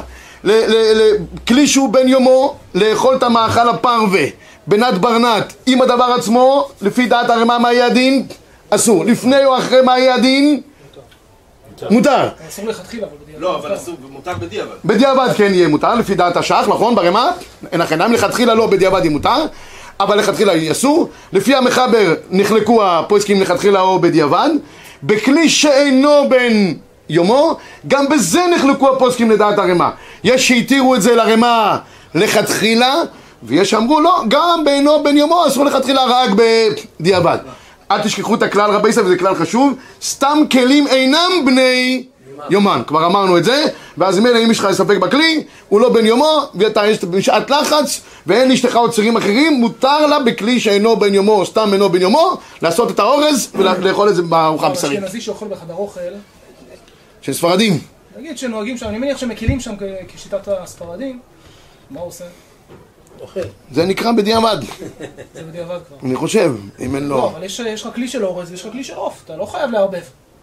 כלי שהוא בן יומו, לאכול את המאכל הפרווה בנת ברנת עם הדבר עצמו, לפי דעת הרמה מה יהיה הדין? אסור. לפני או אחרי מה יהיה הדין? מותר. אסור לכתחילה, אבל בדיעבד. לא, אבל אסור, מותר בדיעבד. בדיעבד כן יהיה מותר, לפי דעת השח, נכון? ברמה? אין לכם, לכתחילה לא, בדיעבד היא מותר, אבל לכתחילה היא אסור. לפי המחבר נחלקו הפוסקים לכתחילה או בדיעבד. בכלי שאינו בן יומו, גם בזה נחלקו הפוסקים לדעת הרמה. יש שהתירו את זה לרמה לכתחילה, ויש שאמרו לא, גם באינו בן יומו אסור לכתחילה רק בדיעבד. אל תשכחו את הכלל רבי ישראל, וזה כלל חשוב, סתם כלים אינם בני יומן, כבר אמרנו את זה. ואז אם יש לך ספק בכלי, הוא לא בן יומו, ואתה יש בשעת לחץ ואין לאשתך עוד צירים אחרים, מותר לה בכלי שאינו בן יומו או סתם אינו בן יומו לעשות את האורז ולאכול את זה בארוחה בשרית. אשכנזי שאוכל בחדר אוכל של ספרדים, נגיד שנוהגים שם, אני מניח שמקילים שם כשיטת הספרדים, מה הוא עושה? אוכל. זה נקרא בדיעבד, זה בדיעבד כבר. אני חושב, אם אין לא, לו. אבל יש לך כלי של אורז ויש לך כלי של עוף, אתה לא חייב לערבב.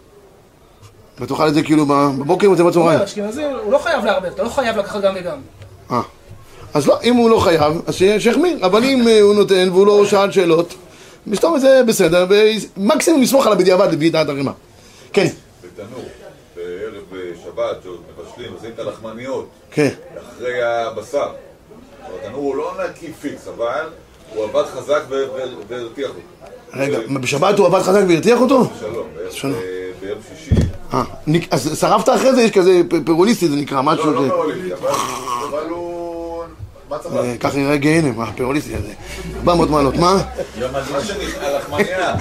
ותאכל את זה כאילו בבוקר וזה בצהריים. אשכנזי הוא לא חייב לערבב, אתה לא חייב לקחת גם וגם. אז לא, אם הוא לא חייב, אז שיחמיר, אבל אם הוא נותן והוא לא שאל שאלות, מסתום את זה בסדר, ומקסימום נסמוך עליו בדיעבד לפי דעת הרמה. כן. בתנור, בערב שבת, שמבשלים, עושים את הלחמניות, כן. אחרי הבשר. התנור הוא לא נקי פיקס, אבל הוא עבד חזק והרתיח אותו. רגע, בשבת הוא עבד חזק והרתיח אותו? שלום, בערב שישי. אז שרפת אחרי זה, יש כזה פירוליסטי, זה נקרא משהו. לא פירוליסטי, אבל הוא... מה צריך לעשות? ככה יראה גיהנם, הפירוליסטי הזה. 400 מעלות, מה? הלחמניה.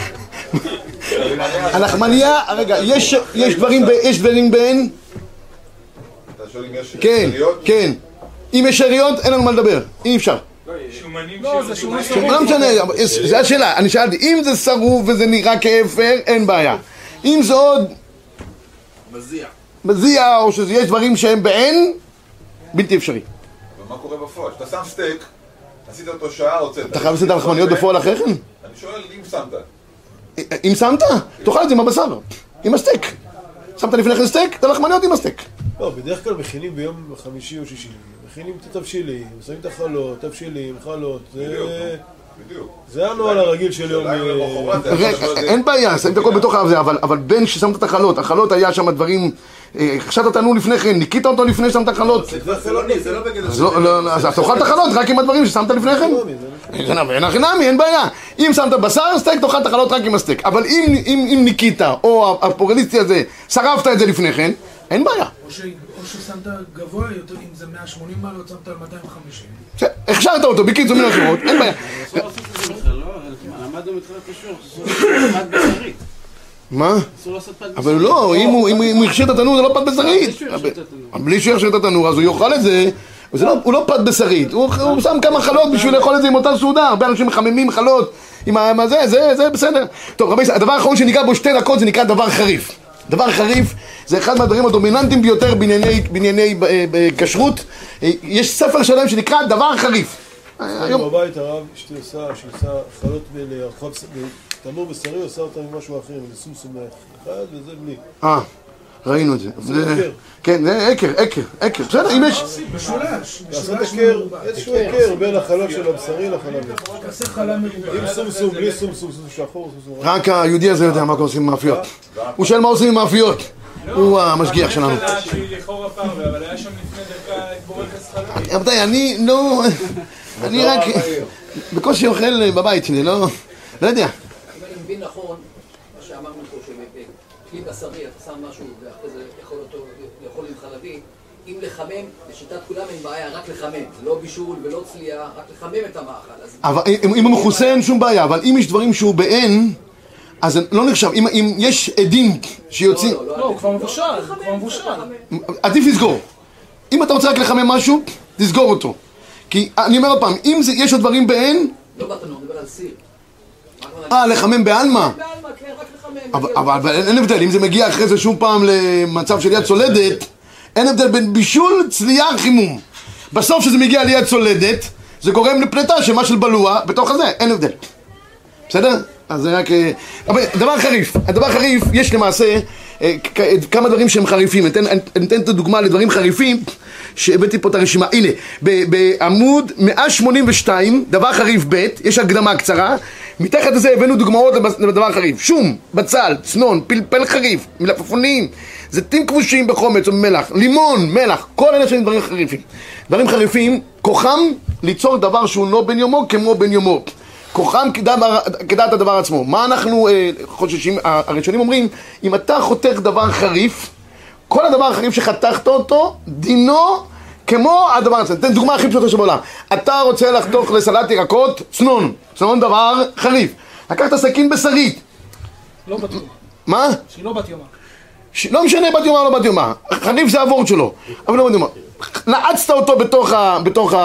הלחמניה, רגע, יש דברים בין? אתה שואל אם יש כן, שאריות? כן. אם יש שאריות, אין לנו מה לדבר, אי אפשר. שומנים לא, זה שומנים שרוף. לא משנה, זה השאלה, אני שאלתי, אם זה שרוף וזה נראה כאפר, אין בעיה. אם זה עוד מזיע, או שיש דברים שהם בעין, בלתי אפשרי. אבל מה קורה בפועל? כשאתה שם סטייק, עשית אותו שעה, הוצאת. אתה חייב לעשות את הלחמניות בפועל אחרי כן? אני שואל אם שמת. אם שמת, תאכל את זה עם הבשר, עם הסטייק. שמת לפני כן סטייק, את הלחמניות עם הסטייק. לא, בדרך כלל מכינים ביום חמישי או שישי. מכינים את התבשילים, שמים את החלות, תבשילים, חלות, זה הנוהל הרגיל של יום... אין בעיה, שמים את הכל בתוך זה, אבל בין ששמת את החלות היה שם דברים עכשיו אתה תנור לפני כן, ניקית אותו לפני ששמת חלות. זה כבר חילוני, זה לא בגדר של... אז תאכל את החלות רק עם הדברים ששמת לפני כן. אין הכי נמי, אין בעיה. אם שמת בשר סטייק, תאכל את החלות רק עם הסטייק. אבל אם ניקית, או הפורליסטי הזה, שרפת את זה לפני כן, אין בעיה. או ששמת גבוה יותר, אם זה 180 מעלות, שמת על 250. הכשרת אותו, בקיצור מן השמות, אין בעיה. אסור לעשות את זה בכלל, לא? למדנו מתחילת השיעור, אסור לעשות פת בשרית. מה? אסור לעשות פת בשרית. אבל לא, אם הוא הכשיר את התנור זה לא פת בשרית. בלי שהוא יכשיר את התנור, אז הוא יאכל את זה. הוא לא פת בשרית, הוא שם כמה חלות בשביל לאכול את זה עם אותה סעודה. הרבה אנשים מחממים חלות עם זה בסדר. טוב, רבי, הדבר האחרון שניגע בו 2 דקות זה נקרא דבר חריף. דבר חריף זה אחד מהדברים הדומיננטיים ביותר בענייני כשרות. יש ספר שלם שנקרא דבר חריף. היום בבית הרב אשתי עושה חלות תנור בשרי, עושה אותם עם משהו אחר, זה סומסום אחד וזה בלי. ראינו את זה. כן, זה עקר. בסדר, אם יש... משולש. לעשות איזשהו עקר בין החלות של הבשרי לחלבי. תעשה חלה מרובה. עם סומסום, בלי סומסום, שחור, סומסום. רק היהודי הזה יודע מה עושים עם מאפיות. הוא שואל מה עושים עם מאפיות. הוא המשגיח שלנו. אבל היה שם לפני דקה בורקס חלבי. אני רק בקושי אוכל בבית שלי, לא יודע. אם אני מבין נכון, מה שאמרנו פה, שבכלי בשרי אתה שם משהו ואחרי זה יכול עם חלבי, אם לחמם, לשיטת כולם אין בעיה, רק לחמם, זה לא בישול ולא צלייה, רק לחמם את המאכל. אבל אם הוא מכוסה אין שום בעיה, אבל אם יש דברים שהוא באין, אז לא נחשב. אם יש עדים שיוצאים... לא, הוא כבר מבושל. עדיף לסגור. אם אתה רוצה רק לחמם משהו, תסגור אותו. כי אני אומר עוד פעם, אם יש עוד דברים באין... לא בתנור, נדבר על סיר. לחמם באלמה. באלמה, כן, רק לחמם. אבל אין הבדל, אם זה מגיע אחרי זה שום פעם למצב של יד צולדת, אין הבדל בין בישול, צלייה, חימום. בסוף שזה מגיע ליד צולדת, זה גורם לפלטה של מה של בלוע, בתוך הזה, אין הבדל. בסדר? אז זה רק... אבל הדבר חריף, יש למעשה כמה דברים שהם חריפים. אני אתן את הדוגמה לדברים חריפים שהבאתי פה את הרשימה. הנה, בעמוד 182, דבר חריף ב', יש הקדמה קצרה. מתחת לזה הבאנו דוגמאות לדבר חריף. שום, בצל, צנון, פלפל חריף, מלפפונים, זיתים כבושים בחומץ או במלח, לימון, מלח, כל אלה שהם דברים חריפים. דברים חריפים, כוחם ליצור דבר שהוא לא בן יומו כמו בן יומו. כוחם כדעת הדבר עצמו. מה אנחנו חוששים? הראשונים אומרים, אם אתה חותך דבר חריף, כל הדבר החריף שחתכת אותו, דינו כמו הדבר עצמו. תן דוגמה הכי פשוטה שבעולם. אתה רוצה לחתוך לסלט ירקות, צנון דבר חריף. לקחת סכין בשרית. לא בת יומה. מה? שהיא לא בת יומה. לא משנה בת יומה או לא בת יומה. חריף זה הוורד שלו. אבל לא בת יומה. נעצת אותו בתוך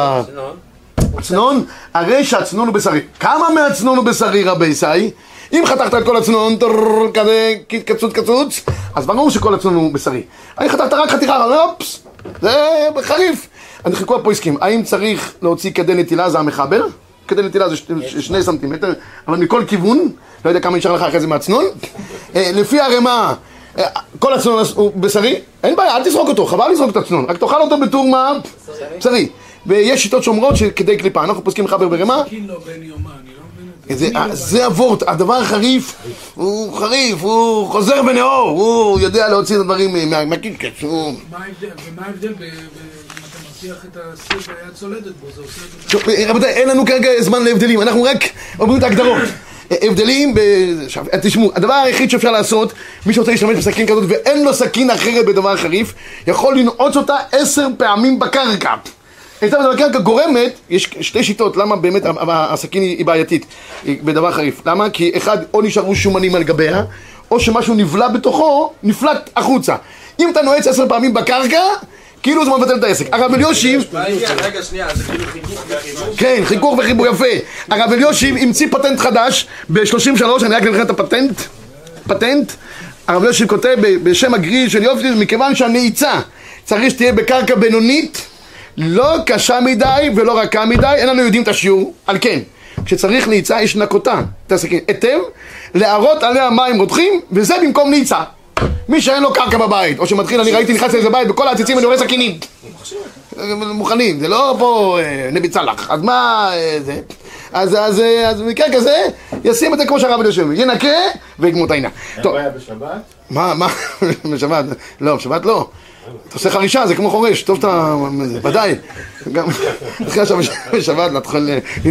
הצנון, הרי שהצנון הוא בשרי. כמה מהצנון הוא בשרי רבי סי? אם חתכת את כל הצנון, כזה קצוץ, אז ברור שכל הצנון הוא בשרי. אני חתכת רק חתיכה, אופס, זה חריף. אני חיקו פה הסכים, האם צריך להוציא כדי נטילה, זה המחבר? כדי נטילה זה 2 סנטימטר, אבל מכל כיוון, לא יודע כמה נשאר לך אחרי זה מהצנון. לפי הרמה, כל הצנון הוא בשרי, אין בעיה, אל תזרוק אותו, חבל לזרוק את הצנון, רק תאכל אותו בתור מה? בשרי. ויש שיטות שאומרות שכדי קליפה, אנחנו פוסקים מחבר ברמה. סכין לא בן יומה, אני לא מבין את זה. זה הוורט, הדבר החריף, הוא חוזר בנאור, הוא יודע להוציא את הדברים מהקישקש. ומה ההבדל אם אתה מרתיח את הסיר והיה צולדת בו, זה עושה את זה? רבותיי, אין לנו כרגע זמן להבדלים, אנחנו רק אומרים את ההגדרות. הבדלים, תשמעו, הדבר היחיד שאפשר לעשות, מי שרוצה להשתמש בסכין כזאת ואין לו סכין אחרת בדבר חריף, יכול לנעוץ אותה 10 פעמים בקרקע. אצלנו בדבר קרקע גורמת, יש 2 שיטות למה באמת הסכין היא בעייתית בדבר חריף. למה? כי אחד, או נשארו שומנים על גביה, או שמשהו נבלע בתוכו, נפלט החוצה. אם אתה נועץ 10 פעמים בקרקע, כאילו זה מבטל את העסק. הרב אליושיב... רגע, שנייה, זה כאילו חיכוך וחיבור? כן, חיכוך וחיבור, יפה. הרב אליושיב המציא פטנט חדש ב-33, אני רק נלך את הפטנט. הרב אליושיב כותב בשם הגריל של יופי, מכיוון שהנעיצה צריך שתהיה בקרקע בינונית, לא קשה מדי ולא רכה מדי, אין לנו יודעים את השיעור, על כן, כשצריך נעיצה יש נקותה, תסכין, היטב, להראות עליה מים רותחים, וזה במקום נעיצה. מי שאין לו קרקע בבית, או שמתחיל, אני ראיתי נכנס לאיזה בית, בכל העציצים אני רואה סכינים. מוכנים, זה לא פה נבי צלח, אז מה זה? אז במקרה כזה, ישים את זה כמו שהרב יושב, ינקה ויגמור את העניין. אין בעיה בשבת? מה? בשבת? לא, בשבת לא. אתה עושה חרישה, זה כמו חורש, טוב אתה... ודאי. גם אחרי בשבת להתחיל...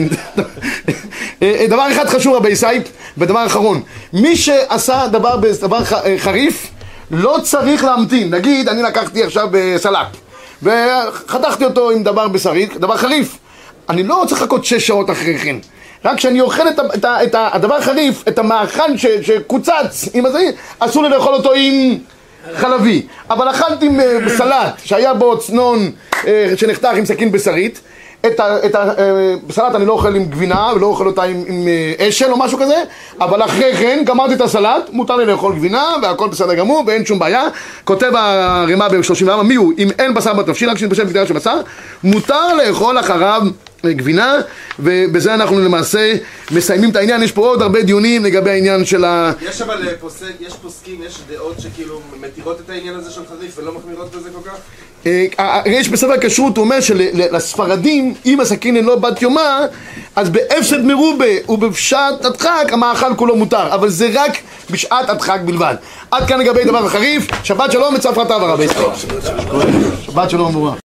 דבר אחד חשוב רבי סייפ, ודבר אחרון. מי שעשה דבר חריף, לא צריך להמתין. נגיד, אני לקחתי עכשיו בסלט, וחתכתי אותו עם דבר בשרית, דבר חריף. אני לא צריך לחכות 6 שעות אחרי כן. רק כשאני אוכל את הדבר החריף, את המאכל שקוצץ עם הזה, אסור לי לאכול אותו עם חלבי. אבל אכלתי בסלט שהיה בו צנון שנחתך עם סכין בשרית. בסלט אני לא אוכל עם גבינה ולא אוכל אותה עם אשל או משהו כזה, אבל אחרי כן גמרתי את הסלט, מותר לי לאכול גבינה והכל בסדר גמור ואין שום בעיה. כותב הרמ"א ב-34, מי הוא? אם אין בשר בתבשיל, רק שנתבשל בקדרה של בשר, מותר לאכול אחריו גבינה, ובזה אנחנו למעשה מסיימים את העניין. יש פה עוד הרבה דיונים לגבי העניין של יש אבל יש פוסקים, יש דעות שכאילו מתירות את העניין הזה של חריף ולא מחמירות בזה כל כך? יש בספר הכשרות, הוא אומר שלספרדים, אם הסכין לא בת יומה, אז בהפסד מרובה ובפשט הדחק המאכל כולו מותר, אבל זה רק בשעת הדחק בלבד. עד כאן לגבי דבר החריף. שבת שלום וצפרתה ורבי. שבת שלום וברכה.